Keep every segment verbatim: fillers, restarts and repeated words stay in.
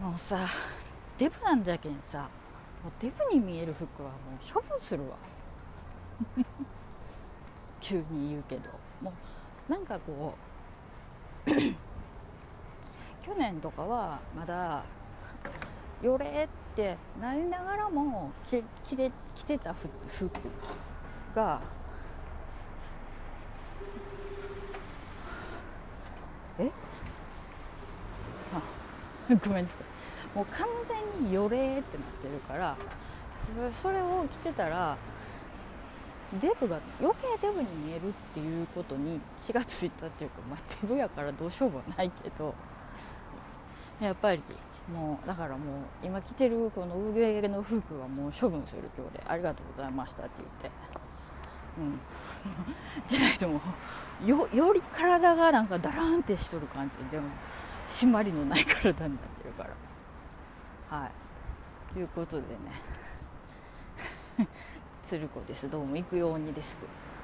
もうさ、デブなんじゃけんさ、もうデブに見える服はもう処分するわ急に言うけど、もうなんかこう去年とかはまだよれってなりながらも着れ着てた服がえあごめんなさい、もう完全によれってなってるから、それを着てたらデブが余計デブに見えるっていうことに気がついたっていうか、まあ、デブやからどうしようもないけど、やっぱりもうだからもう今着てるこの上の服はもう処分する今日で、ありがとうございましたって言って、うんじゃないともう よ, より体がなんかダラーンってしとる感じで、も締まりのない体になってるから、はいということでねつるこです、どうも行くようにです。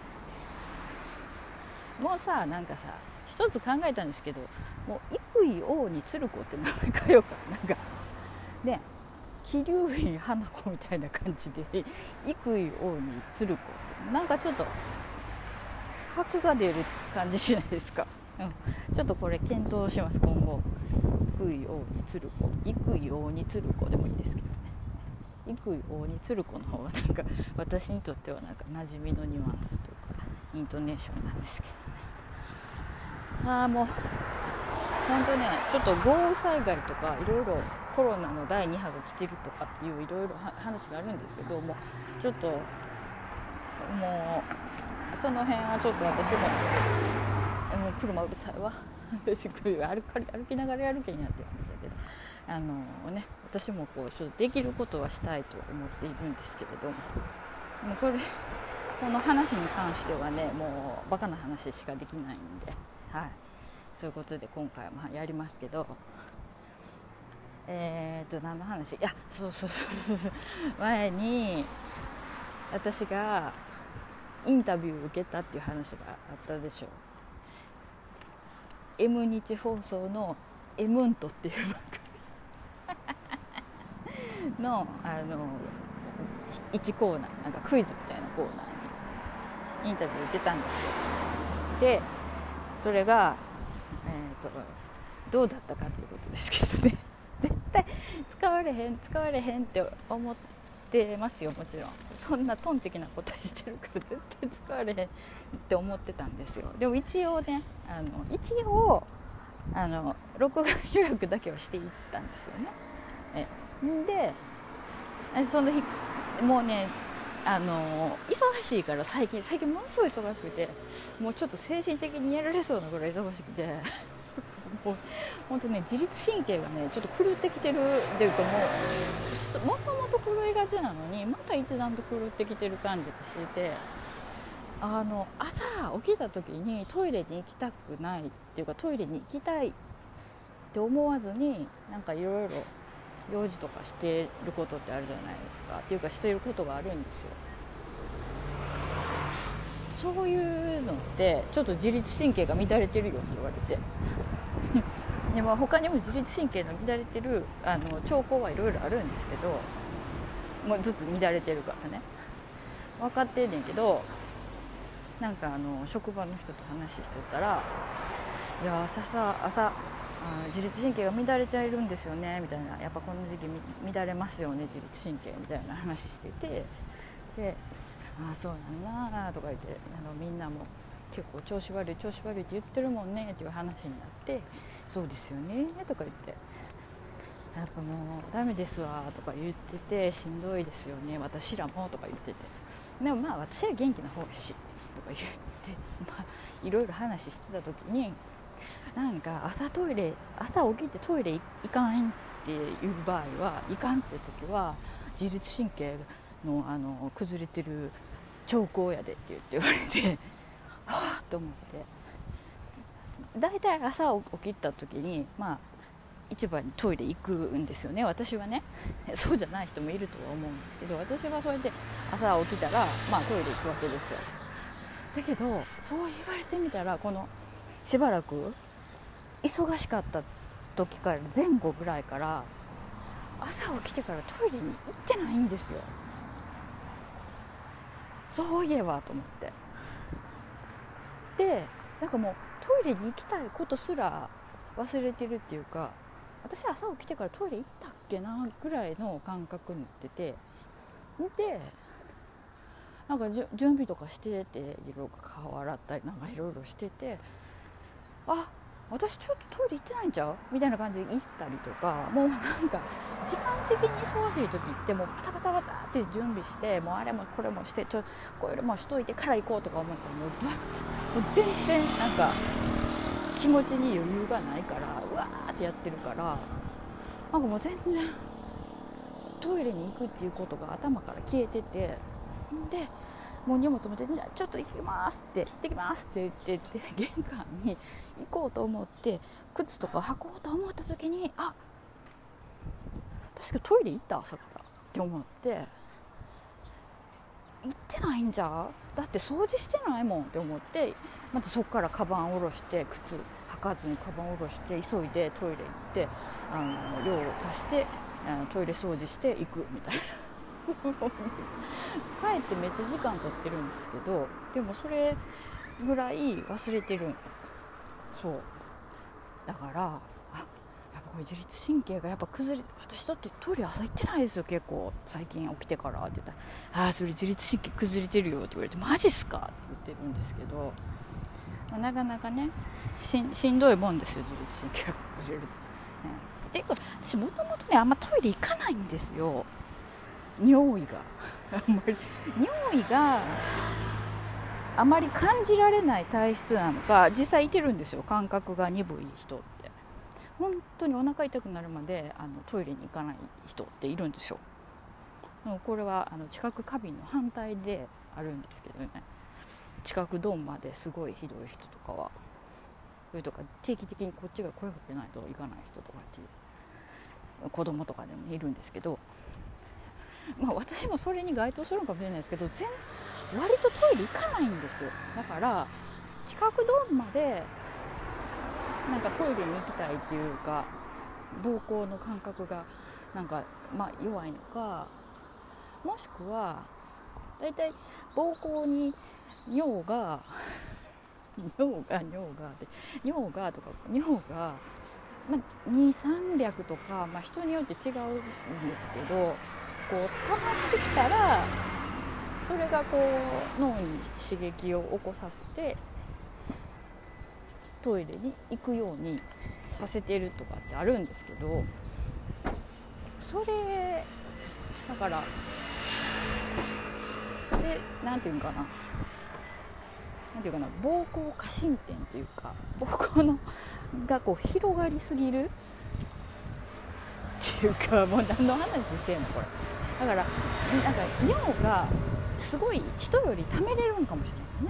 もうさ、なんかさ一つ考えたんですけど、もう幾井王につるこって名前変えようかな、なんかね、桐生院花子みたいな感じで幾井王につるこってなんかちょっと箔が出る感じしないですか、うん、ちょっとこれ検討します、今後。幾井王につるこ、幾井王につるこでもいいですけどね、幾井王につるこの方がなんか私にとってはなんか馴染みのニュアンスというかイントネーションなんですけどね。ああもう本当ね、ちょっと豪雨災害とかいろいろコロナのだいに波が来てるとかっていういろいろ話があるんですけども、ちょっともうその辺はちょっと私ももう車うるさいわ歩き、歩きながらやるけんやっていう話だけど、あのね、私もこうちょっとできることはしたいと思っているんですけれども、もうこれこの話に関してはね、もうバカな話しかできないんで、はい、そういうことで今回はやりますけど、えーと何の話、いやそうそうそうそう前に私がインタビューを受けたっていう話があったでしょう。 M 日放送のエムントっていう番組のあのいちコーナー、なんかクイズみたいなコーナーにインタビュー受けたんですよ。でそれが、えー、とどうだったかっていうことですけどね絶対使われへん使われへんって思ってますよ。もちろんそんなトンチキな答えしてるから絶対使われへんって思ってたんですよ。でも一応ね、あの一応あの録画予約だけはしていったんですよね。えでその日もうね、あの忙しいから最近最近ものすごい忙しくて、もうちょっと精神的にやられそうなぐらい忙しくてもう本当ね、自律神経がねちょっと狂ってきてるっていうか、もうもともと狂いがちなのにまた一段と狂ってきてる感じがしてて、あの朝起きた時にトイレに行きたくないっていうか、トイレに行きたいって思わずになんかいろいろ用事とかしてることってあるじゃないですか、っていうかしていることがあるんですよ。そういうのってちょっと自律神経が乱れてるよって言われてで、まあ、他にも自律神経の乱れてるあの兆候はいろいろあるんですけど、もうずっと乱れてるからね分かってんねんけど、なんかあの職場の人と話しとったら、いや朝さ朝自律神経が乱れているんですよねみたいな、やっぱこの時期乱れますよね自律神経みたいな話してて、でああそうなんだとか言って、あのみんなも結構調子悪い調子悪いって言ってるもんねっていう話になって、そうですよねとか言って、やっぱもうダメですわとか言ってて、しんどいですよね私らもとか言ってて、でもまあ私は元気な方やしとか言って、まあいろいろ話してた時に、なんか朝トイレ朝起きてトイレ行かんっていう場合は、行かんって時は自律神経のあの崩れてる兆候やでって言って言われてはぁと思って、だいたい朝起きた時にまあ一番にトイレ行くんですよね、私はね。そうじゃない人もいるとは思うんですけど、私はそうやって朝起きたらまあトイレ行くわけですよ。だけどそう言われてみたら、このしばらく忙しかった時から前後ぐらいから朝起きてからトイレに行ってないんですよ。そういえばと思って、でなんかもうトイレに行きたいことすら忘れてるっていうか、私朝起きてからトイレ行ったっけなぐらいの感覚になってて、でなんか準備とかしてて、いろいろ顔洗ったりなんかいろいろしてて、あ、私ちょっとトイレ行ってないんちゃうみたいな感じで行ったりとか、もうなんか時間的に忙しい時ってもうバタバタバタって準備して、もうあれもこれもしてちょこれもしといてから行こうとか思ったら、もうバッてもう全然なんか気持ちに余裕がないから、うわーってやってるから、なんかもう全然トイレに行くっていうことが頭から消えてて、でもう荷物も全然ちょっと行きますって行ってきますって言って玄関に行こうと思って靴とか履こうと思った時に、あ、確かトイレ行った朝からって思って、行ってないんじゃだって掃除してないもんって思って、またそこからカバン下ろして靴履かずにカバン下ろして急いでトイレ行って、あの用を足してあのトイレ掃除して行くみたいな帰ってめっちゃ時間経ってるんですけど、でもそれぐらい忘れてる。そうだから、あ、やっぱこれ自律神経がやっぱ崩れて、私だってトイレ朝行ってないですよ結構最近起きてからって言ったら、あーそれ自律神経崩れてるよって言われて、マジっすかって言ってるんですけど、まあ、なかなかね し, しんどいもんですよ自律神経が崩れると、ね、で私もともとねあんまトイレ行かないんですよ。尿意があんまり尿意があまり感じられない体質なのか、実際いてるんですよ、感覚が鈍い人って。本当にお腹痛くなるまであのトイレに行かない人っているんですよ。これはあの知覚過敏の反対であるんですけどね、知覚ドンまですごいひどい人とかは、それとか定期的にこっちが声かけないといかない人とかっていう子供とかでもいるんですけど、まあ、私もそれに該当するのかもしれないですけど、全割とトイレ行かないんですよ。だから知覚ドンまでなんかトイレに行きたいっていうか、膀胱の感覚がなんか、まあ、弱いのか、もしくはだいたい膀胱に尿が尿が尿がで尿がとか尿が、まあ、にせんさんびゃくとか、まあ、人によって違うんですけど、こう溜まってきたらそれがこう脳に刺激を起こさせてトイレに行くようにさせてるとかってあるんですけど、それだからでなんていうかななんていうかな膀胱過伸点っていうか、膀胱のがこう広がりすぎるっていうか、もう何の話してんのこれ。だからなんか尿がすごい人より溜めれるんかもしれ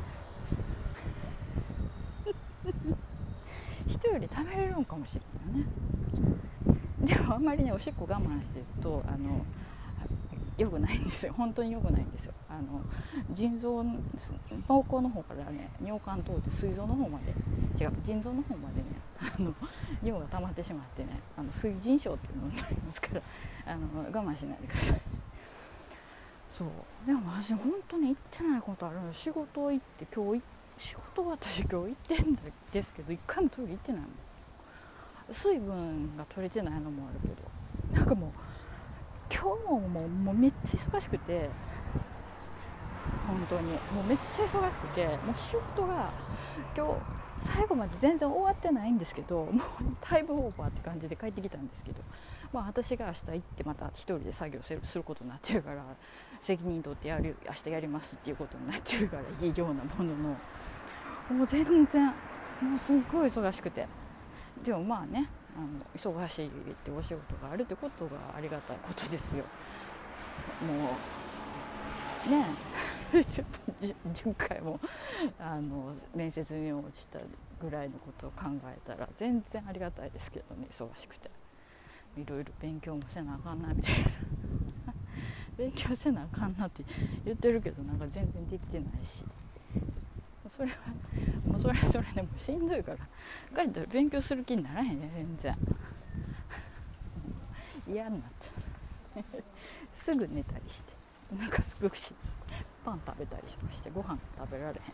ないね人より溜めれるんかもしれないね。でもあんまりねおしっこ我慢してるとあの良くないんですよ。本当に良くないんですよ。あの腎臓膀胱の方からね尿管通って膵臓の方まで違う腎臓の方までねあの尿が溜まってしまってね、あの膵腎症っていうのになりますから、あの我慢しないでください。そうでも私本当に行ってないことあるの。仕事行って今日仕事は私今日行ってんですけど、一回もトイレ行ってないもん。水分が取れてないのもあるけど、なんかもう今日ももう、もうめっちゃ忙しくて、本当にもうめっちゃ忙しくて、もう仕事が今日最後まで全然終わってないんですけど、もうタイムオーバーって感じで帰ってきたんですけど、まあ、私が明日行ってまた一人で作業する、することになってるから、責任取ってやる明日やりますっていうことになってるからいいようなものの、もう全然もうすっごい忙しくて、でもまあねあの忙しいってお仕事があるってことがありがたいことですよ。もうねじゅっかいもあの面接に落ちたぐらいのことを考えたら全然ありがたいですけどね、忙しくていろいろ勉強もせなあかんなみたいな勉強せなあかんなって言ってるけどなんか全然できてないし、それはもうそれはそれでもしんどいから帰ったら勉強する気にならへんね全然嫌になった。 すぐ寝たりして、なんかすごくしパン食べたりしまして、ご飯食べられへん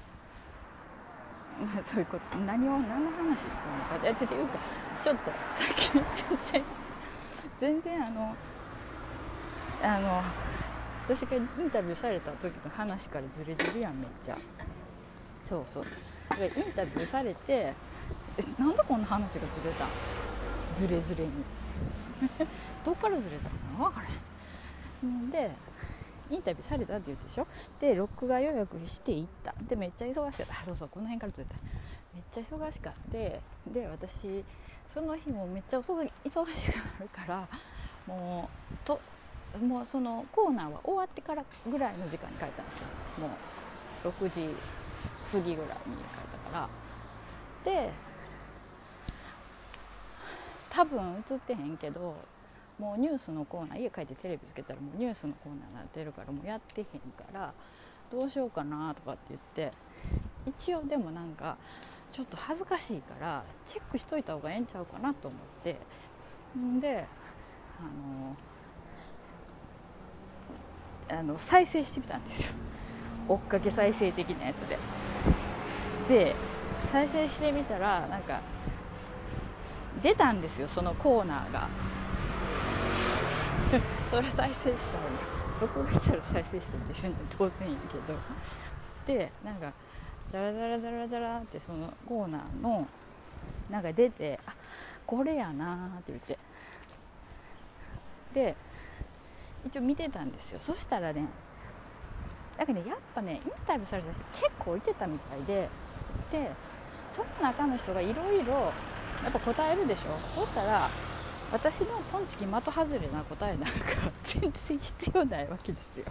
とそういうこと、何を何の話してるのかやってていうか、ちょっとさっき全然全然あのあの私がインタビューされた時の話からずれてるやん、めっちゃ。そうそう、でインタビューされて、なんでこんな話がずれたん、ずれずれにどっからずれたの分からへんで、インタビューされたって言うでしょ。で録画予約して行ったで、めっちゃ忙しかった。そうそう、この辺からずれた。めっちゃ忙しかったで、私その日もめっちゃ忙しくなるから、もうともうそのコーナーは終わってからぐらいの時間に帰ったんですよ。もうろくじ過ぎぐらいに帰ったから。で多分映ってへんけど、もうニュースのコーナー、家帰ってテレビつけたらもうニュースのコーナーになってるから、もうやってへんから、どうしようかなとかって言って、一応でもなんかちょっと恥ずかしいからチェックしといた方がええんちゃうかなと思って、んであのあの再生してみたんですよ。追っかけ再生的なやつで。で再生してみたら、なんか出たんですよ、そのコーナーがそれ再生したら、録画したら再生したっていうのは当然やけど、でなんかザラザラザラザラってそのコーナーのなんか出て、あ、これやなって言って、で一応見てたんですよ。そしたらね、だからね、やっぱね、インタビューされた人結構いてたみたいで、でその中の人がいろいろやっぱ答えるでしょ。そしたら私のトンチキ的外れな答えなんか全然必要ないわけですよ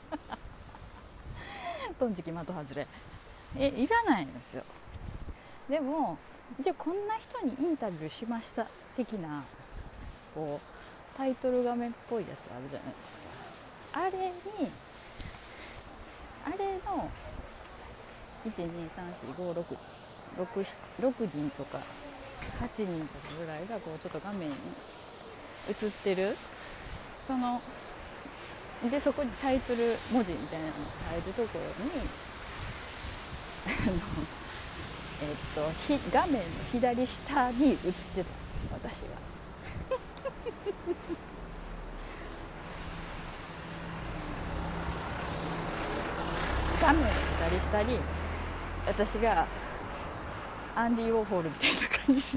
トンチキ的外れえいらないんですよ。でもじゃあこんな人にインタビューしました的なこうタイトル画面っぽいやつあるじゃないですか。あれにあれのいちにさんしごろく ろくにんとかはちにんとかぐらいがこうちょっと画面に映ってる、そのでそこにタイトル文字みたいなのが入るところにえっとひ画面の左下に映ってたんですよ、私は画面の左下に私がアンディ・ウォーホルみたいな感じ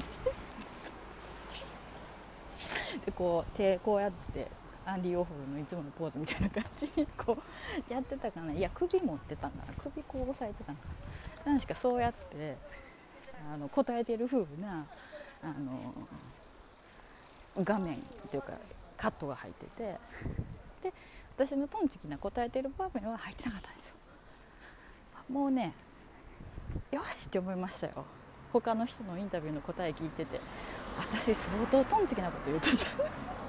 でこう手こうやってアンディ・ウォーホルのいつものポーズみたいな感じにこうやってたかな。いや首持ってたんかな、首こう押さえてたんかな、何しかそうやってあの答えてる風なあの画面というかカットが入ってて、で私のトンチキな答えてる場面は入ってなかったんですよ。もうね、よしって思いましたよ。他の人のインタビューの答え聞いてて、私相当トンチキなこと言うとった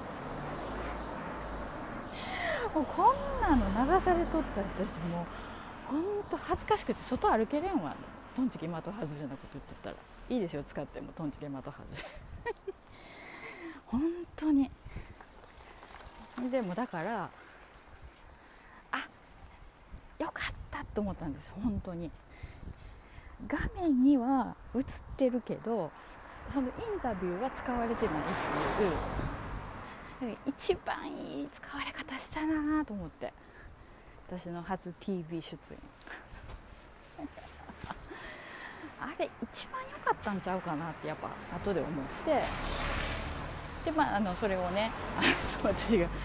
もうこんなの流されとったら私もうほんと恥ずかしくて外歩けれんわ。トンチキ的外れなこと言ってたらいいですよ、使ってもトンチキ的外れ本当に。でもだからあ、よかったと思ったんです。本当に画面には映ってるけどそのインタビューは使われてないっていう、一番いい使われ方したなと思って、私の初 ティーブイ 出演あれ一番良かったんちゃうかなってやっぱ後で思って、でまああのそれをね私が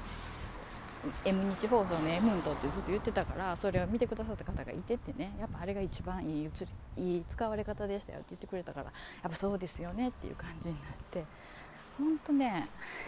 M 日放送の エム ントってずっと言ってたから、それを見てくださった方がいてってね、やっぱあれが一番いい映りいい使われ方でしたよって言ってくれたから、やっぱそうですよねっていう感じになって、ほんとね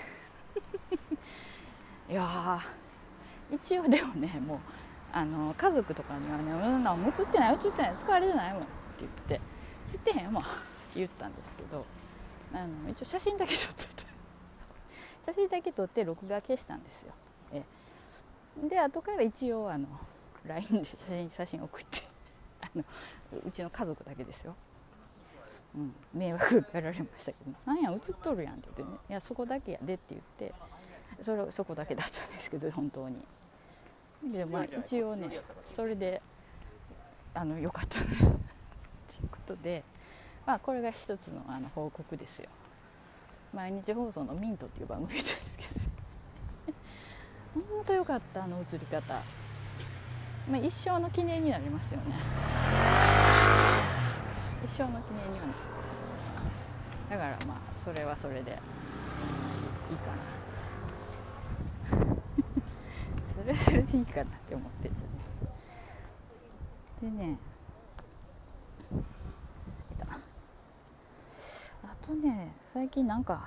いや一応でもね、もうあの家族とかにはね、うんな映ってない映ってない使われてないもんって言って、映ってへんわって言ったんですけど、あの一応写真だけ撮ってた写真だけ撮って録画消したんですよ。えで後から一応あの ライン で写真写真送ってあのうちの家族だけですよ、うん、迷惑がられましたけど、なんや映っとるやんって言ってね、いやそこだけやでって言って、 それそこだけだったんですけど本当に。でまあ一応ねそれであの良かったねということで、まあ、これが一つのあの報告ですよ。毎日放送のミントっていう番組ですけど本当良かった、あの映り方、まあ、一生の記念になりますよね。一生の記念にはね。だからまあそれはそれでいいかなそれはそれでいいかなって思ってるでね。あとね最近なんか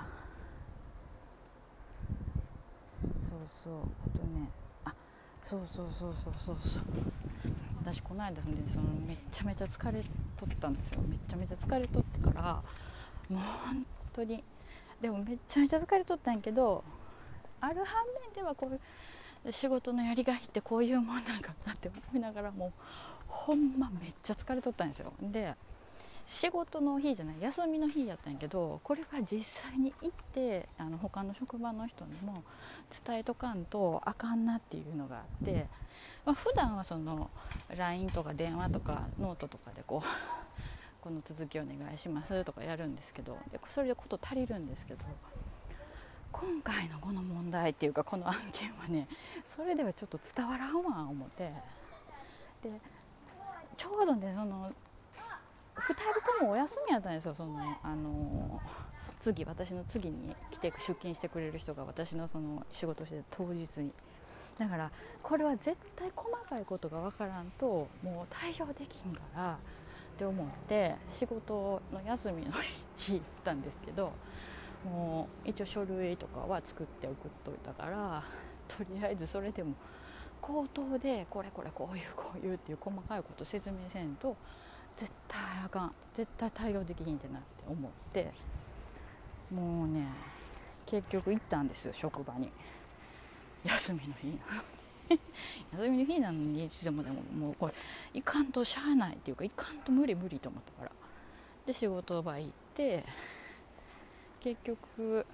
そうそうあとねあそうそうそうそうそうそう私この間でそのめっちゃめちゃ疲れとったんですよ。めちゃめちゃ疲れとってからもう本当にでもめっちゃめちゃ疲れとったんやけど、ある反面ではこういう仕事のやりがいってこういうもんなんかなって思いながらもうほんまめっちゃ疲れとったんですよ。で仕事の日じゃない休みの日やったんやけど、これは実際に行ってあの他の職場の人にも伝えとかんとあかんなっていうのがあって、まあ、普段はその ライン とか電話とかノートとかでこうこの続きお願いしますとかやるんですけど、でそれでこと足りるんですけど、今回のこの問題っていうかこの案件はねそれではちょっと伝わらんわ思って、でちょうどねそのふたりともお休みやったんですよ。そのあの次私の次に来て出勤してくれる人が私のその仕事してた当日に、だからこれは絶対細かいことが分からんともう対応できんからって思って仕事の休みの日行ったんですけど、もう一応書類とかは作って送っといたから、とりあえずそれでも口頭でこれこれこういうこういうっていう細かいこと説明せんと絶対あかん、絶対対応できひんってなって思って、もうね結局行ったんですよ職場に。休みの日なのに休みの日なのにいつでもでももうこれいかんとしゃあないっていうかいかんと無理無理と思ったから、で仕事場行って結局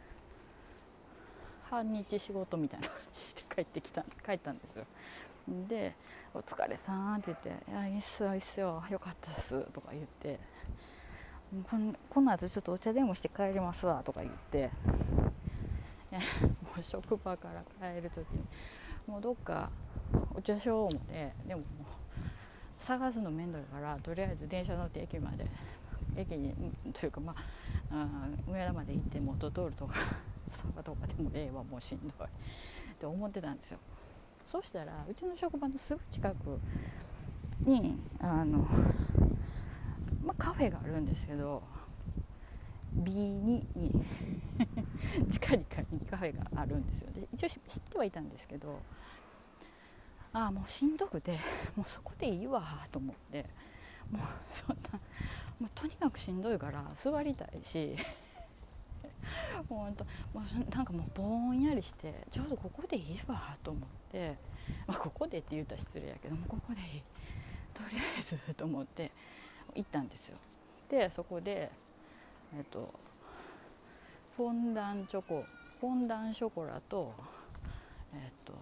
半日仕事みたいな感じして帰ってきた帰ったんですよ。でお疲れさんって言って、いやいいっすよいいっすよよかったですとか言って、このこの後ちょっとお茶でもして帰りますわとか言って、いやもう職場から帰る時にもうどっかお茶しよう思って、でももう探すの面倒いからとりあえず電車乗って駅まで駅にというかまあ、あ梅田まで行って元通るとかそばとかでもええわもうしんどいって思ってたんですよ。そうしたらうちの職場のすぐ近くにあの、まあ、カフェがあるんですけど ビーに に地下に階にカフェがあるんですよ。で一応知ってはいたんですけど、ああもうしんどくてもうそこでいいわと思って、もうそんなもうとにかくしんどいから座りたいしもうほんともうなんかもうぼんやりしてちょうどここでいいわと思って、まあ、ここでって言ったら失礼やけどもここでいいとりあえずと思って行ったんですよ。でそこでえっとフォンダンチョコフォンダンショコラとえっと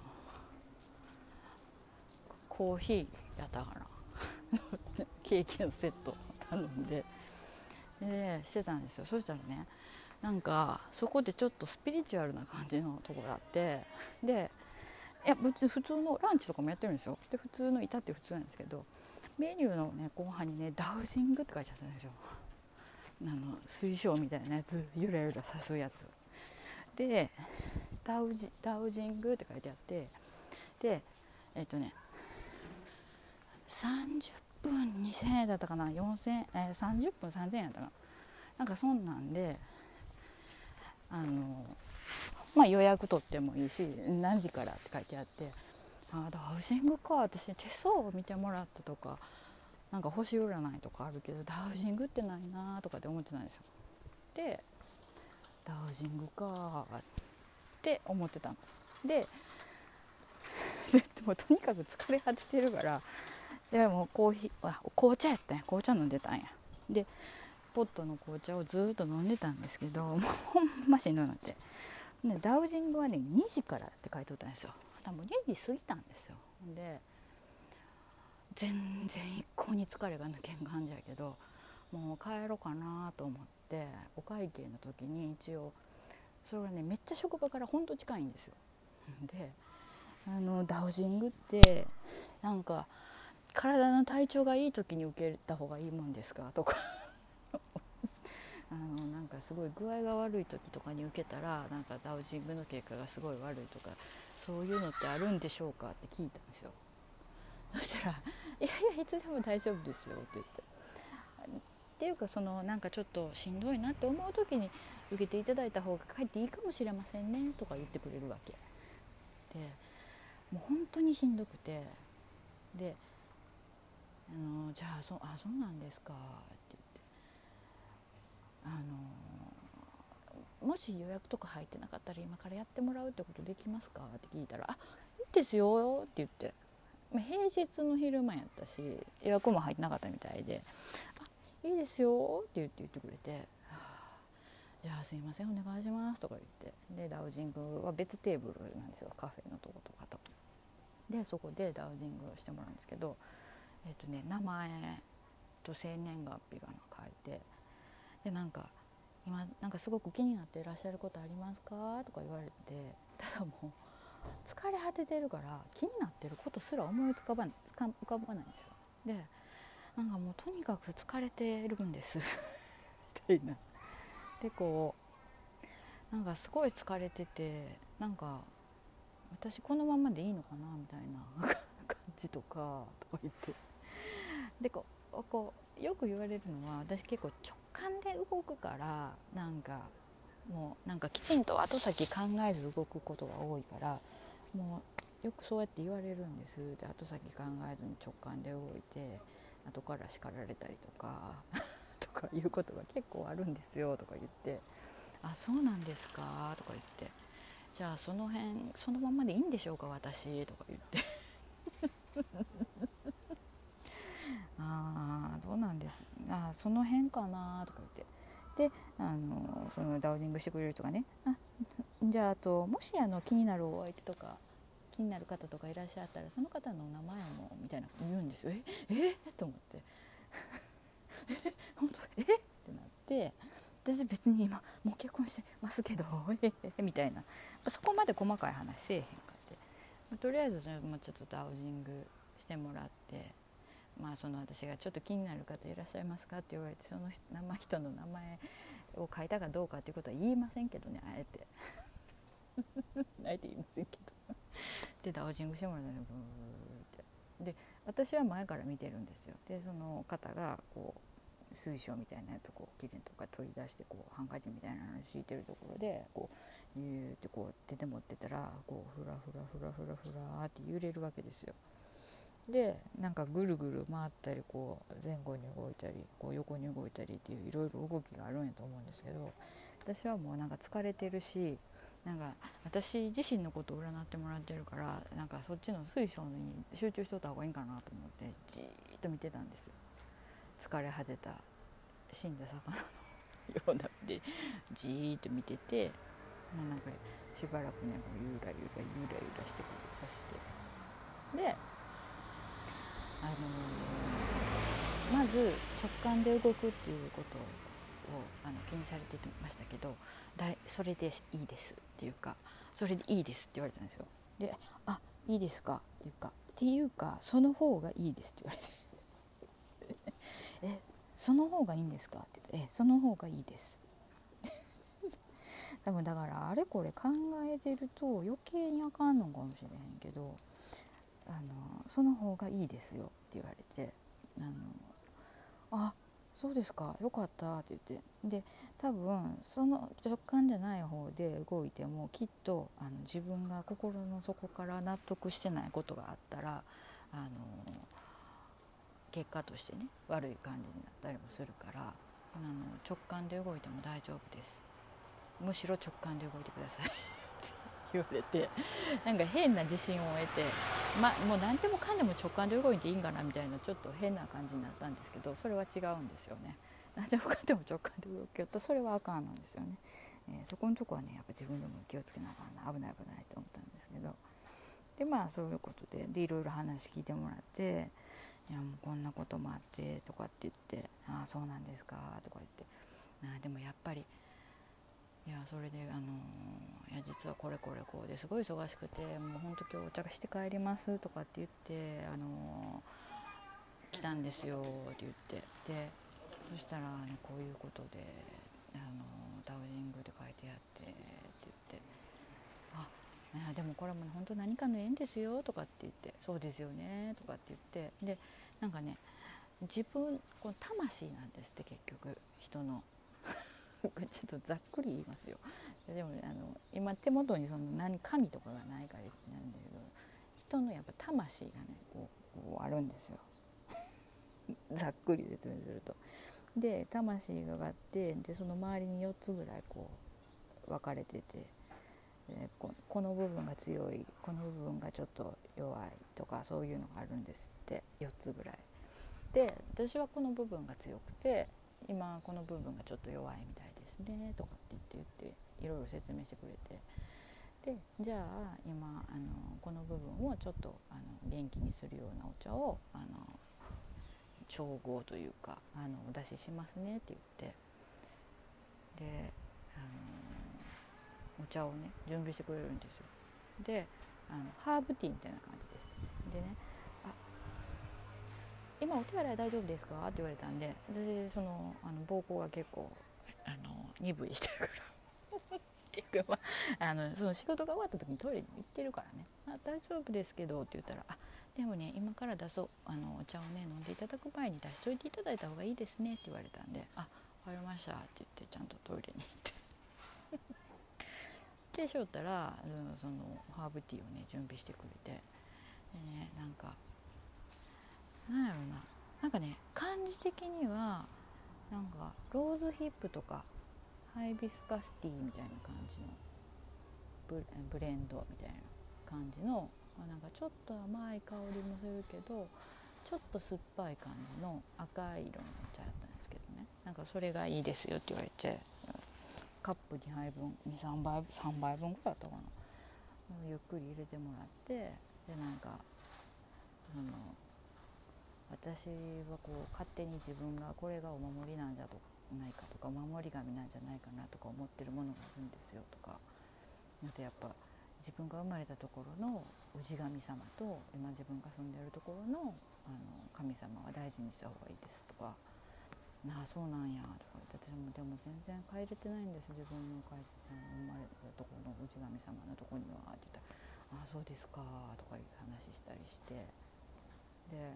コーヒーやったかなケーキのセットを頼んででしてたんですよ。そしたらねなんかそこでちょっとスピリチュアルな感じのところがあって、でいや別に普通のランチとかもやってるんですよ。で普通の板って普通なんですけど、メニューのね後半にねダウジングって書いてあったんですよ。あの水晶みたいなやつゆらゆらさすやつでダウジ、ダウジングって書いてあって、でえっとねさんじゅっぷんにせんえんだったかな、よんせん、えー、さんじゅっぷんさんぜんえんだったかな、なんかそんなんであのまあ予約取ってもいいし何時からって書いてあって、あダウジングか、私手相を見てもらったとかなんか星占いとかあるけどダウジングってないなとかって思ってたんですよ。でダウジングかって思ってたのででもとにかく疲れ果ててるからでもうコーヒーあ紅茶やったんや紅茶飲んでたんや。でポットの紅茶をずっと飲んでたんですけどもうほんましんどいなってね、ダウジングはねにじからって書いておったんですよ。多分にじ過ぎたんですよ。で全然一向に疲れが抜けん感じやけど、もう帰ろうかなと思ってお会計の時に一応それはねめっちゃ職場からほんと近いんですよ。であのダウジングってなんか体の体調がいい時に受けた方がいいもんですかとかあのなんかすごい具合が悪い時とかに受けたらなんかダウジングの結果がすごい悪いとかそういうのってあるんでしょうかって聞いたんですよ。そしたらいやいやいつでも大丈夫ですよって言って、っていうかそのなんかちょっとしんどいなって思う時に受けていただいた方がかえっていいかもしれませんねとか言ってくれるわけで、もう本当にしんどくて、であのじゃあ そ, あそうなんですかって言って、あのもし予約とか入ってなかったら今からやってもらうってことできますかって聞いたら、あいいですよって言って、平日の昼間やったし予約も入ってなかったみたいで、あいいですよって言って言ってくれて、はあ、じゃあすいませんお願いしますとか言って、でダウジングは別テーブルなんですよ、カフェのとことかと。でそこでダウジングをしてもらうんですけど、えっとね名前と生年月日が書いて、でなんか今なんかすごく気になっていらっしゃることありますかとか言われて、ただもう疲れ果ててるから気になってることすら思いつかばつか浮かばないんですよ。でなんかもうとにかく疲れてるんですみたいな。でこうなんかすごい疲れてて、なんか私このままでいいのかなみたいな感じとかとか言って、でこうこうよく言われるのは、私結構直感で動くから、なんかもうなんかきちんと後先考えず動くことが多いから、もうよくそうやって言われるんです。で後先考えずに直感で動いて後から叱られたりとかとかいうことが結構あるんですよとか言って、あそうなんですかとか言って、じゃあその辺そのままでいいんでしょうか私とか言ってああどうなんですあその辺かなとか言って、であのそのダウジングしてくれる人がね、あじゃああともしあの気になるお相手とか気になる方とかいらっしゃったらその方の名前もみたいな言うんですよ。ええと思ってえ本当えってなって、私別に今もう結婚してますけどええみたいな、そこまで細かい話せえへんかって、とりあえず、ね、まあ、ちょっとダウジングしてもらって、まあその私がちょっと気になる方いらっしゃいますかって言われて、その名前人の名前を書いたかどうかっていうことは言いませんけどね、あえてあえて言いませんけどでダウジングしてもらったんですよ、ブーって。で私は前から見てるんですよ。でその方がこう水晶みたいなやつをこう切れとか取り出してこうハンカチみたいなのを敷いてるところでこうゆーってこう手で持ってたらこうフラフラフラフラフラって揺れるわけですよ。でなんかぐるぐる回ったりこう前後に動いたりこう横に動いたりっていういろいろ動きがあるんやと思うんですけど、私はもうなんか疲れてるし、なんか私自身のことを占ってもらってるから、なんかそっちの水晶に集中しとった方がいいんかなと思ってじーっと見てたんですよ。疲れ果てた死んだ魚のようなでじーっと見てて、なんかしばらくねゆらゆらゆらゆらしてさして、であのー、まず直感で動くっていうことをあの気にされてましたけど、それでいいですっていうか、それでいいですって言われたんですよ。で、あ、いいですかっていうか、っていうかその方がいいですって言われてえ、その方がいいんですかって言って、え、その方がいいです多分だからあれこれ考えてると余計にあかんのかもしれへんけど、あのその方がいいですよって言われて、あのあそうですかよかったって言って、で多分その直感じゃない方で動いてもきっとあの自分が心の底から納得してないことがあったら、あの結果としてね悪い感じになったりもするから、あの直感で動いても大丈夫です、むしろ直感で動いてください言われて、なんか変な自信を得て、ま、もう何でもかんでも直感で動いていいんかなみたいなちょっと変な感じになったんですけど、それは違うんですよね。何でもかんでも直感で動くけどそれはあかんなんですよね。 えー、そこのとこはねやっぱ自分でも気をつけなあかんな、危ない危ないと思ったんですけど、でまあそういうことででいろいろ話聞いてもらって、いやもうこんなこともあってとかって言って、ああそうなんですかとか言って、あでもやっぱりいやそれであのいや実はこれこれこうですごい忙しくて、もうほんと今日お茶して帰りますとかって言ってあの来たんですよって言って、でそしたら、ね、こういうことであのダウジングで書いてあってって言って、あいやでもこれも本当何かの縁ですよとかって言って、そうですよねとかって言って、でなんかね自分この魂なんですって結局人のちょっとざっくり言いますよ。でも、ね、あの今手元にその何神とかがないからなんだけど、人のやっぱ魂がねこう、こうあるんですよざっくり説明すると。で魂があって、でその周りによっつぐらいこう分かれてて、で こ, この部分が強い、この部分がちょっと弱いとかそういうのがあるんですって、よっつぐらいで、私はこの部分が強くて今この部分がちょっと弱いみたいですねとかって言って言っていろいろ説明してくれて、でじゃあ今あのこの部分をちょっとあの元気にするようなお茶をあの調合というかあのお出ししますねって言って、であのお茶をね準備してくれるんですよ。であのハーブティーみたいな感じです。でね、あ今お手洗い大丈夫ですかって言われたんで、私そのあの膀胱が結構あの鈍いしてるからっていうか、まあ、あのその仕事が終わった時にトイレに行ってるからね、あ大丈夫ですけどって言ったら、あでもね今から出そう、あのお茶をね飲んでいただく前に出しといていただいた方がいいですねって言われたんで、あ分かりましたって言ってちゃんとトイレに行ってでしょったらそのハーブティーをね準備してくれて、でねなんかなんやろな、なんかね感じ的にはなんかローズヒップとかハイビスカスティーみたいな感じの ブ, ブレンドみたいな感じの、なんかちょっと甘い香りもするけどちょっと酸っぱい感じの赤い色のお茶やったんですけどね、なんかそれがいいですよって言われて、カップにはいぶん に,さん 杯さんばいぶんぐらいだったかな、ゆっくり入れてもらって、でなんかあの私はこう勝手に自分がこれがお守りなんじゃないかとか守り神なんじゃないかなとか思ってるものがあるんですよとか、あとやっぱ自分が生まれたところの氏神様と今自分が住んでるところの、あの神様は大事にした方がいいですとか、ああそうなんやとか言って、私もでも全然帰れてないんです、自分の帰生まれたところの氏神様のところにはって言ったら、ああそうですかとかいう話したりして、で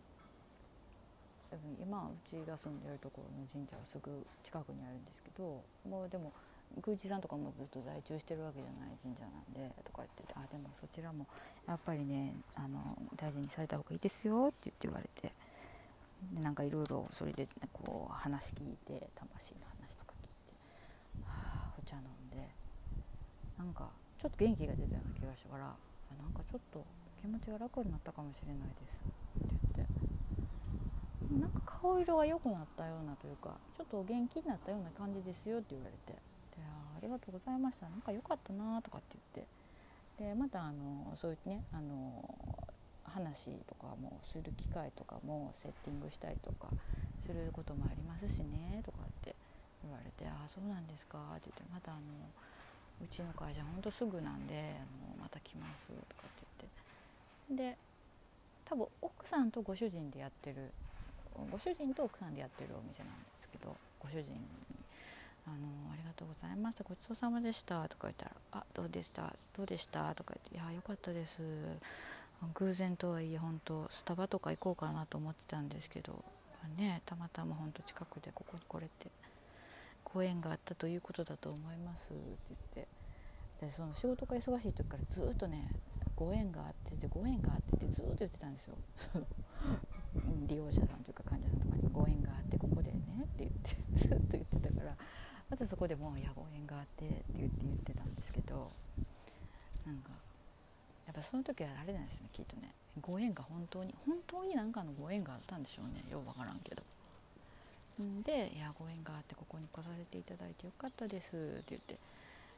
今うちが住んでるところの神社はすぐ近くにあるんですけど、もうでも宮司さんとかもずっと在中してるわけじゃない神社なんでとか言ってて、あでもそちらもやっぱりねあの大事にされた方がいいですよって言って言われて、でなんかいろいろそれでこう話聞いて、魂の話とか聞いて、はあお茶飲んでなんかちょっと元気が出たような気がしたから、あなんかちょっと気持ちが楽になったかもしれないですって言って、なんか顔色が良くなったようなというか、ちょっと元気になったような感じですよって言われて、で あ, ありがとうございました、なんか良かったなとかって言って、でまたあのそういうねあの話とかもする機会とかもセッティングしたりとかすることもありますしねとかって言われて、ああそうなんですかって言って、またあのうちの会社ほんとすぐなんであのまた来ますとかって言って、で多分奥さんとご主人でやってるご主人と奥さんでやってるお店なんですけど、ご主人にあのありがとうございました、ごちそうさまでしたとか言ったら、あどうでしたどうでしたとか言って、いやよかったです、偶然とはいえ本当スタバとか行こうかなと思ってたんですけどね、たまたま本当近くでここに来れてご縁があったということだと思いますって言って、でその仕事が忙しい時からずっとねご縁があっててご縁があってってずっと言ってたんですよ利用者さんというか患者さんとかにご縁があってここでねって言ってずっと言ってたから、またそこでもういやご縁があってって言って言ってたんですけど、なんかやっぱその時はあれなんですね、きっとねご縁が本当に本当に何かのご縁があったんでしょうね、ようわからんけど、んでいやご縁があってここに来させていただいてよかったですって言って、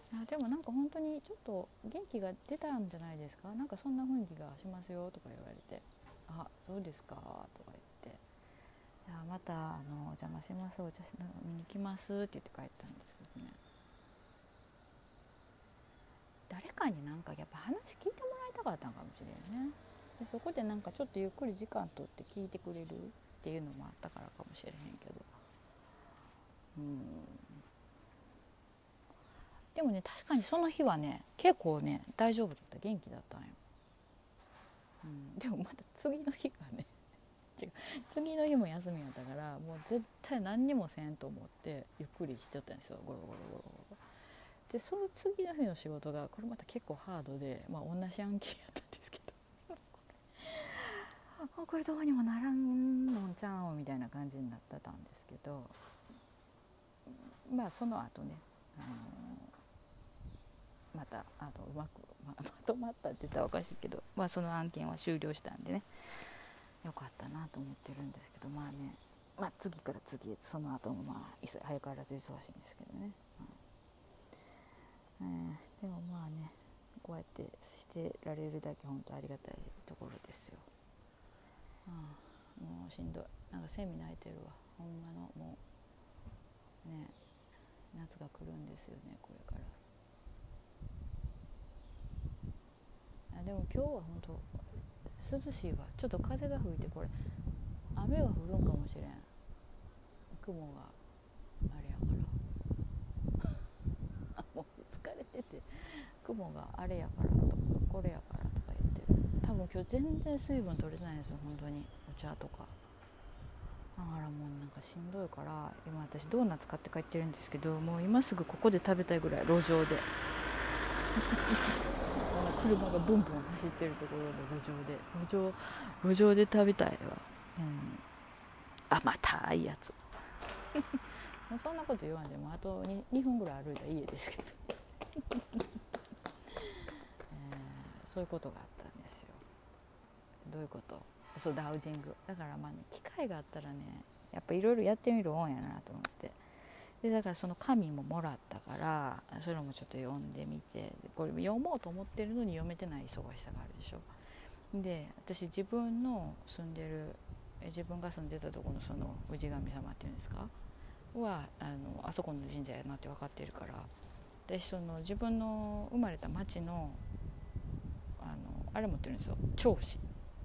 あでもなんか本当にちょっと元気が出たんじゃないですか。なんかそんな雰囲気がしますよとか言われて、あそうですかとか言って、じゃあまたあのお邪魔します、お茶飲みに来ますって言って帰ったんですけどね。誰かになんかやっぱ話聞いてもらいたかったのかもしれんね。でそこでなんかちょっとゆっくり時間とって聞いてくれるっていうのもあったからかもしれへんけど、うんでもね確かにその日はね結構ね大丈夫だった、元気だったんよ、うん、でもまた次の日がね違う次の日も休みやったからもう絶対何にもせんと思ってゆっくりしちゃったんですよ、ゴロゴロゴロゴロで。その次の日の仕事がこれまた結構ハードで、まあ同じ案件やったんですけどあこれどうにもならんのんちゃうんみたいな感じになってたんですけど、まあその後ね、あのーまたあのうまく、まあ、まとまったって言ったらおかしいけど、まあ、その案件は終了したんでねよかったなと思ってるんですけど、まあね、まあ、次から次へその後もまあ相変わらず忙しいんですけどね、うんえー、でもまあねこうやってしてられるだけ本当ありがたいところですよ、うん、もうしんどい、なんかセミ鳴いてるわほんまの、もうね夏が来るんですよねこれから。あでも今日は本当涼しいわ、ちょっと風が吹いてこれ雨が降るんかもしれん、雲があれやからもう疲れてて雲があれやからとかこれやからとか言って多分今日全然水分取れてないんですよ本当に、お茶とかだからもうなんかしんどいから今私ドーナツ買って帰ってるんですけど、もう今すぐここで食べたいぐらい路上で車がブンブン走ってるところで路上で路上路上で食べたいわ、うん、甘たいやつもうそんなこと言わんでもあと 2, にふんぐらい歩いたら家ですけど、えー、そういうことがあったんですよ。どういうこと？そうダウジングだからまあね機会があったらねやっぱいろいろやってみるもんやなと思って、でだからその紙ももらったからそれもちょっと読んでみて、これ読もうと思ってるのに読めてない忙しさがあるでしょ。で私自分の住んでる自分が住んでたところのその氏神様っていうんですかはあのあそこの神社やなって分かってるから、私その自分の生まれた町のあのあれ持ってるんですよ、町史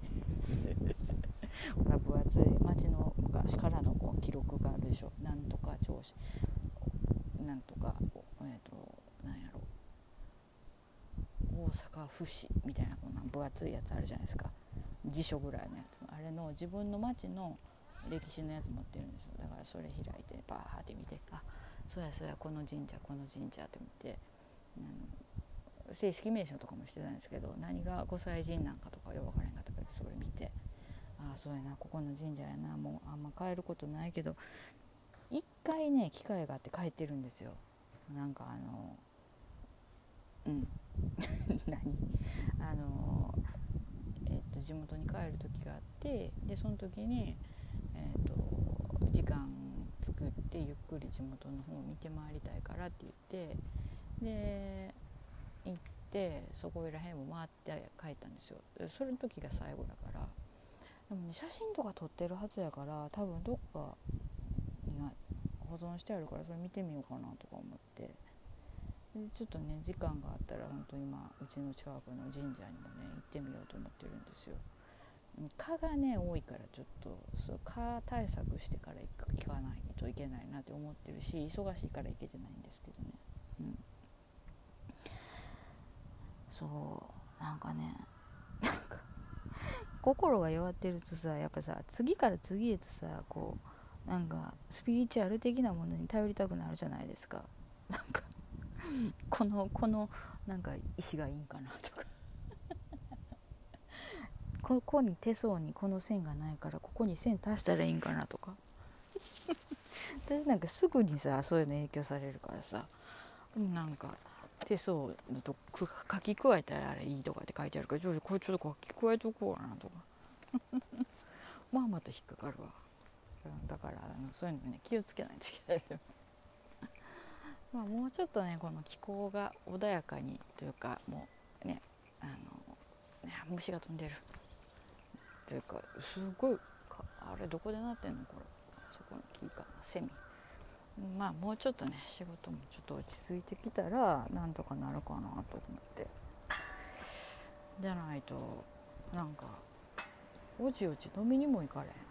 分厚い町の昔からのこう記録があるでしょ、なんとか町史なんとかえっ、ー、となんやろ大阪府市みたいなこんな分厚いやつあるじゃないですか、辞書ぐらいのやつ、あれの自分の町の歴史のやつ持ってるんですよ。だからそれ開いてバーって見て、あそうやそうやこの神社この神社って見て、あの正式名称とかもしてたんですけど何が御祭神なんかとかよく分からへんかったからそれ見て、あそうやなここの神社やな、もうあんま帰ることないけど一回ね機会があって帰ってるんですよ。なんかあのうん何あのえっと地元に帰る時があって、でその時にえっと時間作ってゆっくり地元の方を見て回りたいからって言ってで行ってそこら辺も回って帰ったんですよ。それの時が最後だから、でもね写真とか撮ってるはずやから多分どっかに保存してあるからそれ見てみようかなとか思って、でちょっとね時間があったら本当に今うちの近くの神社にもね行ってみようと思ってるんですよ。蚊がね多いからちょっとそう蚊対策してから行かないといけないなって思ってるし、忙しいから行けてないんですけどね、うん、そうなんかねなんか心が弱ってるとさやっぱさ次から次へとさこうなんかスピリチュアル的なものに頼りたくなるじゃないですか。なんかこのこのなんか石がいいんかなとかここに手相にこの線がないからここに線足したらいいんかなとか私なんかすぐにさそういうの影響されるからさ、なんか手相のとこ書き加えたらあれいいとかって書いてあるからちょっとこれちょっと書き加えとこうかなとかまあまた引っかかるわ。だからあのそういうのね気をつけないといけないまあ、もうちょっとねこの気候が穏やかにというかもうねあのね虫が飛んでるというかすごいかあれどこでなってんのこれそこの木かなセミ。まあもうちょっとね仕事もちょっと落ち着いてきたらなんとかなるかなと思ってじゃないとなんかおちおち飲みにも行かれん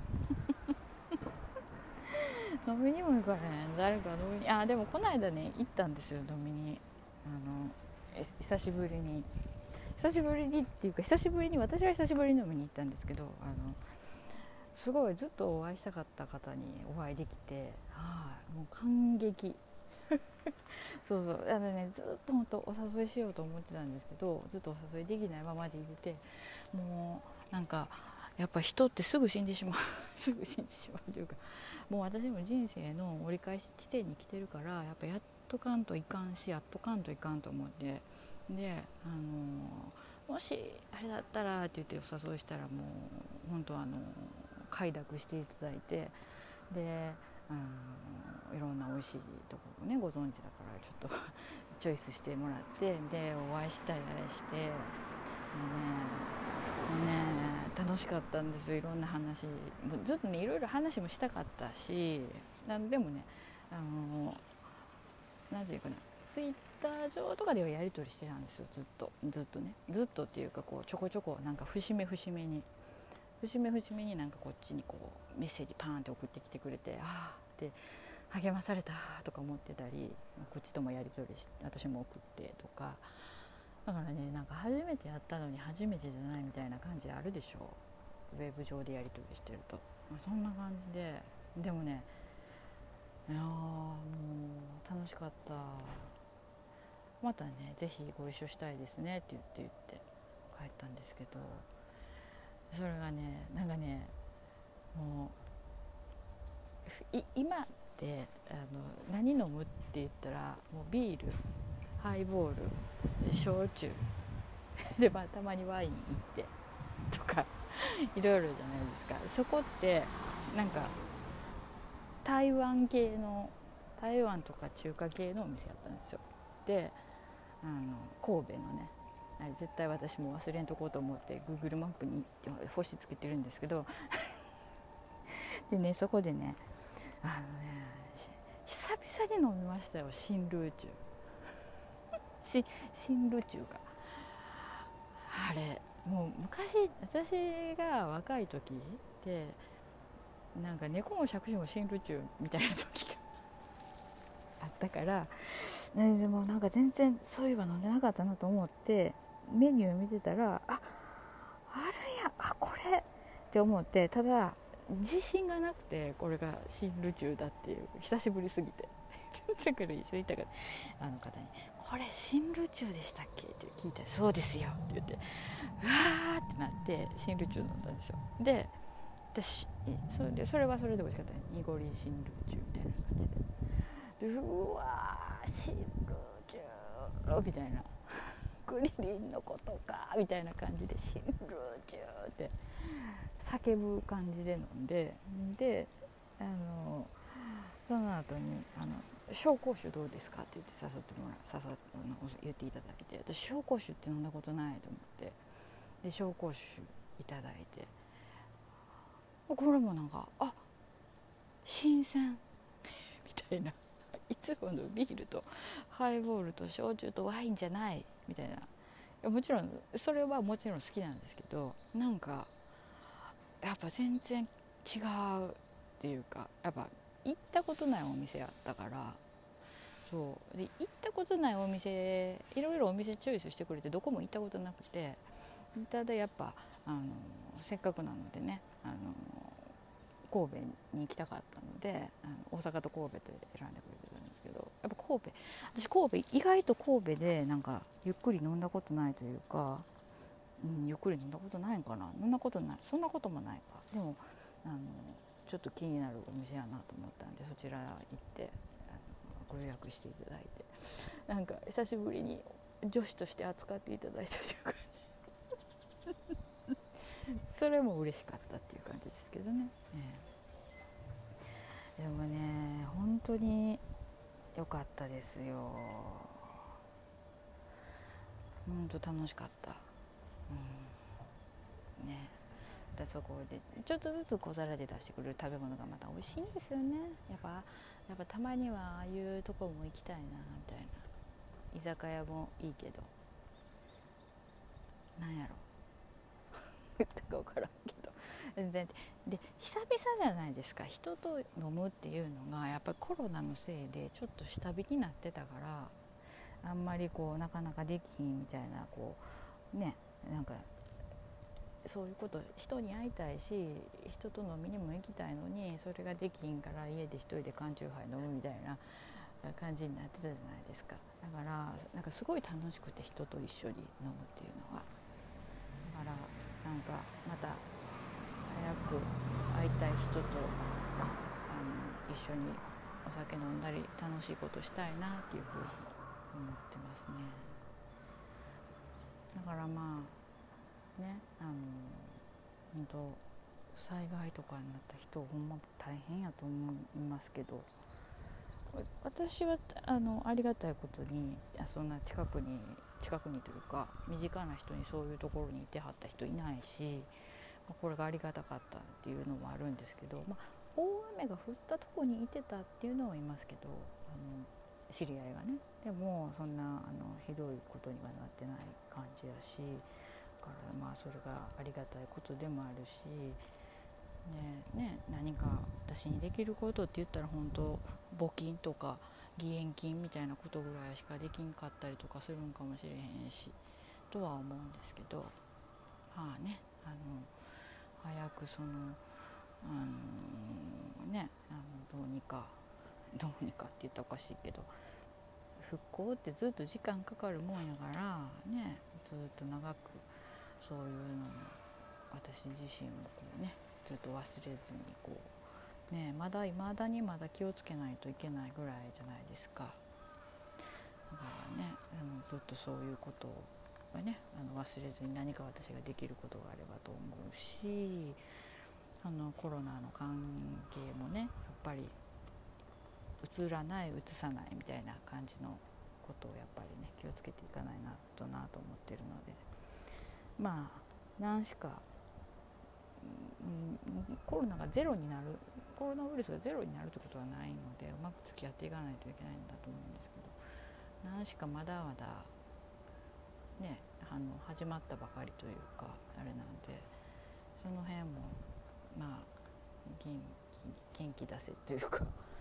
飲みにも行かれん誰か飲みにあでもこの間ね行ったんですよ飲みにあの久しぶりに久しぶりにっていうか久しぶりに私は久しぶりに飲みに行ったんですけどあのすごいずっとお会いしたかった方にお会いできて、はあ、もう感激そうそうあのねずっと本当お誘いしようと思ってたんですけどずっとお誘いできないままでいてもうなんかやっぱ人ってすぐ死んでしまうすぐ死んでしまうというかもう私も人生の折り返し地点に来てるからやっぱやっとかんといかんしやっとかんといかんと思ってであのもしあれだったらって言ってお誘いしたらもう本当あの快諾していただいてであのいろんな美味しいところをねご存知だからちょっとチョイスしてもらってでお会いしたりしてもうね、もうね楽しかったんですよいろんな話もうずっとねいろいろ話もしたかったしなんでもねあのなんていうかなツイッター上とかではやり取りしてたんですよずっとずっとねずっとっていうかこうちょこちょこなんか節目節目に節目節目になんかこっちにこうメッセージパーンって送ってきてくれてああって励まされたとか思ってたりこっちともやり取りして私も送ってとかだからねなんか初めてやったのに初めてじゃないみたいな感じあるでしょウェブ上でやり取りしてるとそんな感じででもねいやもう楽しかったまたねぜひご一緒したいですねって言って言って帰ったんですけどそれがねなんかねもう今ってあの何飲むって言ったらもうビールハイボール焼酎で、まあ、たまにワイン行ってとかいろいろじゃないですかそこってなんか台湾系の台湾とか中華系のお店やったんですよであの神戸のねあれ絶対私も忘れんとこうと思って Google マップに星つけてるんですけどでねそこでねあのね久々に飲みましたよ新ルーチュー新ルーチューがあれもう昔私が若い時ってなんか猫も杓子も新ルーチューみたいな時があったから、ね、でもなんか全然そういえば飲んでなかったなと思ってメニュー見てたらああるやあこれって思ってただ自信がなくてこれが新ルチューだっていう久しぶりすぎてだから一緒にいたからあの方にこれ新ルチューでしたっけって聞いたらそうですよって言ってうわーってなって新ルチュー飲んだんですよで私それでそれはそれで美味しかったね濁り新ルチューみたいな感じででうわー新ルチューみたいなグリリンのことかみたいな感じで新ルチューって叫ぶ感じで飲んでであのその後にあの紹興酒どうですかって言って誘ってもら誘って言っていただいて私紹興酒って飲んだことないと思ってで紹興酒いただいてこれもなんかあ新鮮みたいないつものビールとハイボールと焼酎とワインじゃないみたいなもちろんそれはもちろん好きなんですけどなんかやっぱ全然違うっていうかやっぱ行ったことないお店やったからそうで行ったことないお店いろいろお店チョイスしてくれてどこも行ったことなくてただやっぱあのせっかくなのでねあの神戸に行きたかったのであの大阪と神戸と選んでくれてたんですけどやっぱ神戸私神戸意外と神戸でなんかゆっくり飲んだことないというか、うん、ゆっくり飲んだことないんかなそんなことないそんなこともないかでもあのちょっと気になるお店やなと思ったんでそちら行ってあのご予約していただいてなんか久しぶりに女子として扱っていただいたという感じそれも嬉しかったっていう感じですけどね、ええ、でもね本当によかったですよ。ほんと楽しかった、うん、ね。だそこでちょっとずつ小皿で出してくれる食べ物がまた美味しいんですよね。やっぱやっぱたまにはああいうとこも行きたいなみたいな。居酒屋もいいけど、なんやろ言ったか分からんけどで, で久々じゃないですか、人と飲むっていうのが。やっぱりコロナのせいでちょっと下火になってたから、あんまりこうなかなかできひんみたいな、こうね、なんかそういうこと、人に会いたいし人と飲みにも行きたいのに、それができひんから家で一人で缶チューハイ飲むみたいな感じになってたじゃないですか。だからなんかすごい楽しくて、人と一緒に飲むっていうのが。だからなんかまた早く会いたい人とあの一緒にお酒飲んだり楽しいことしたいなっていうふうに思ってますね。だからまあね、あの本当災害とかになった人ほんま大変やと思いますけど、私はあのありがたいことにそんな近くに近くにというか身近な人にそういうところにいてはった人いないし、これがありがたかったっていうのもあるんですけど、まあ、大雨が降ったとこにいてたっていうのはいますけど、あの知り合いがね。でもそんなあのひどいことにはなってない感じやし、だからまあそれがありがたいことでもあるし、ねね、何か私にできることって言ったら本当募金とか義援金みたいなことぐらいしかできんかったりとかするんかもしれへんしとは思うんですけど、まあね、あの早くその、あのね、あのどうにかどうにかって言ったらおかしいけど、復興ってずっと時間かかるもんやからね、ずっと長くそういうのも私自身もこうねずっと忘れずにこうね、まだ未だにまだ気をつけないといけないぐらいじゃないですか。だからね、あのずっとそういうことをね、あの忘れずに何か私ができることがあればと思うし、あのコロナの関係もね、やっぱりうつらないうつさないみたいな感じのことをやっぱりね気をつけていかないなとなと思ってるので、まあ何しか、うん、コロナがゼロになるコロナウイルスがゼロになるということはないので、うまく付き合っていかないといけないんだと思うんですけど、何しかまだまだね、あの始まったばかりというかあれなんで、その辺もまあ元気、元気出せというか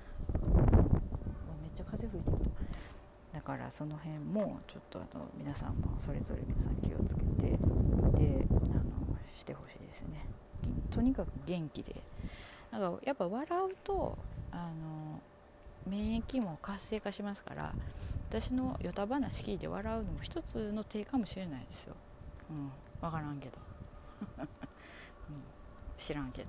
めっちゃ風吹いてきた。だからその辺もちょっとあの皆さんもそれぞれ皆さん気をつけてで、あのしてほしいですね。とにかく元気で、なんかやっぱ笑うとあの免疫も活性化しますから、私のヨタ話聞いて笑うのも一つの手かもしれないですよ。うん、分からんけど、うん、知らんけど、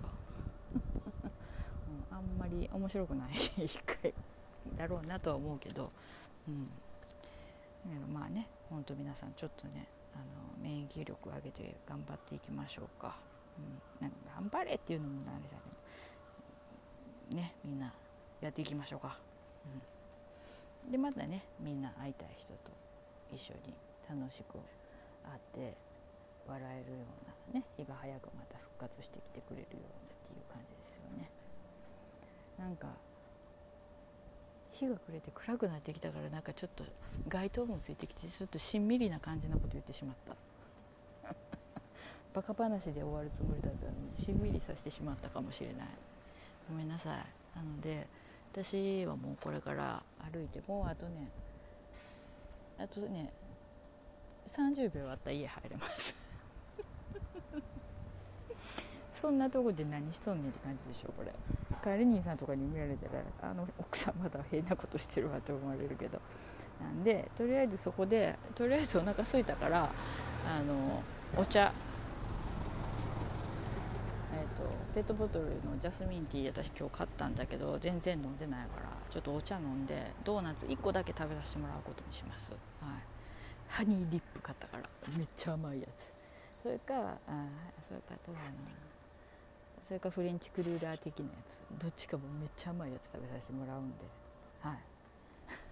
うん、あんまり面白くない一回だろうなとは思うけど、うん、まあね、本当皆さんちょっとね、あの免疫力を上げて頑張っていきましょうか。うん、なんか頑張れっていうのもあれだけどね、みんなやっていきましょうか。うん、でまたね、みんな会いたい人と一緒に楽しく会って笑えるようなね、日が早くまた復活してきてくれるようなっていう感じですよね。なんか日が暮れて暗くなってきたから、なんかちょっと街灯もついてきてちょっとしんみりな感じのこと言ってしまったバカ話で終わるつもりだったのにしんみりさせてしまったかもしれない。ごめんなさい。なので私はもうこれから歩いてもうあとねあとねさんじゅうびょうあったら家入れますそんなとこで何しとんねんって感じでしょこれ。帰り兄さんとかに見られたら、あの奥さんまだ変なことしてるわと思われるけど、なんでとりあえずそこでとりあえずお腹空いたからあのお茶、えー、とペットボトルのジャスミンティー私今日買ったんだけど全然飲んでないから、ちょっとお茶飲んでドーナツいっこだけ食べさせてもらうことにします。はい、ハニーディップ買ったからめっちゃ甘いやつ。それかあそれかどうやなそれかフレンチクルーラー的なやつ、どっちかもめっちゃ甘いやつ食べさせてもらうんで、はい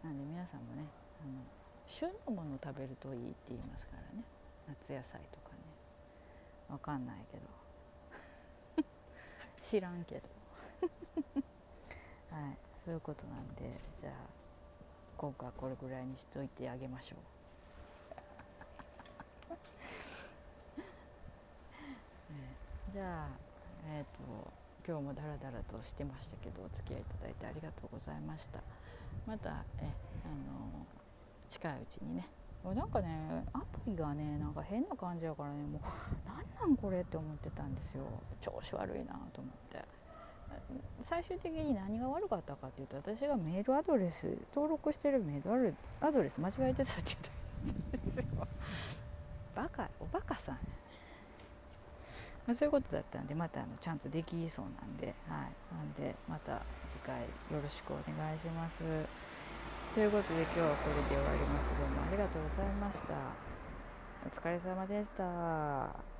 なんで皆さんもね、あの旬のものを食べるといいって言いますからね。夏野菜とかね、わかんないけど知らんけどはい、そういうことなんで、じゃあ今回はこれぐらいにしといてあげましょうじゃあ、えーと、今日もダラダラとしてましたけど、お付き合いいただいてありがとうございました。またえあの近いうちにね、なんかねアプリがねなんか変な感じやからね、もうなんなんこれって思ってたんですよ。調子悪いなと思って、最終的に何が悪かったかっていうと、私がメールアドレス登録してるメールアドレス間違えてたって言ったんですよ。バカおバカさん、まあ、そういうことだったんで、またあのちゃんとできそうなんで、はい、なんでまた次回よろしくお願いします。ということで今日はこれで終わります。どうもありがとうございました。お疲れ様でした。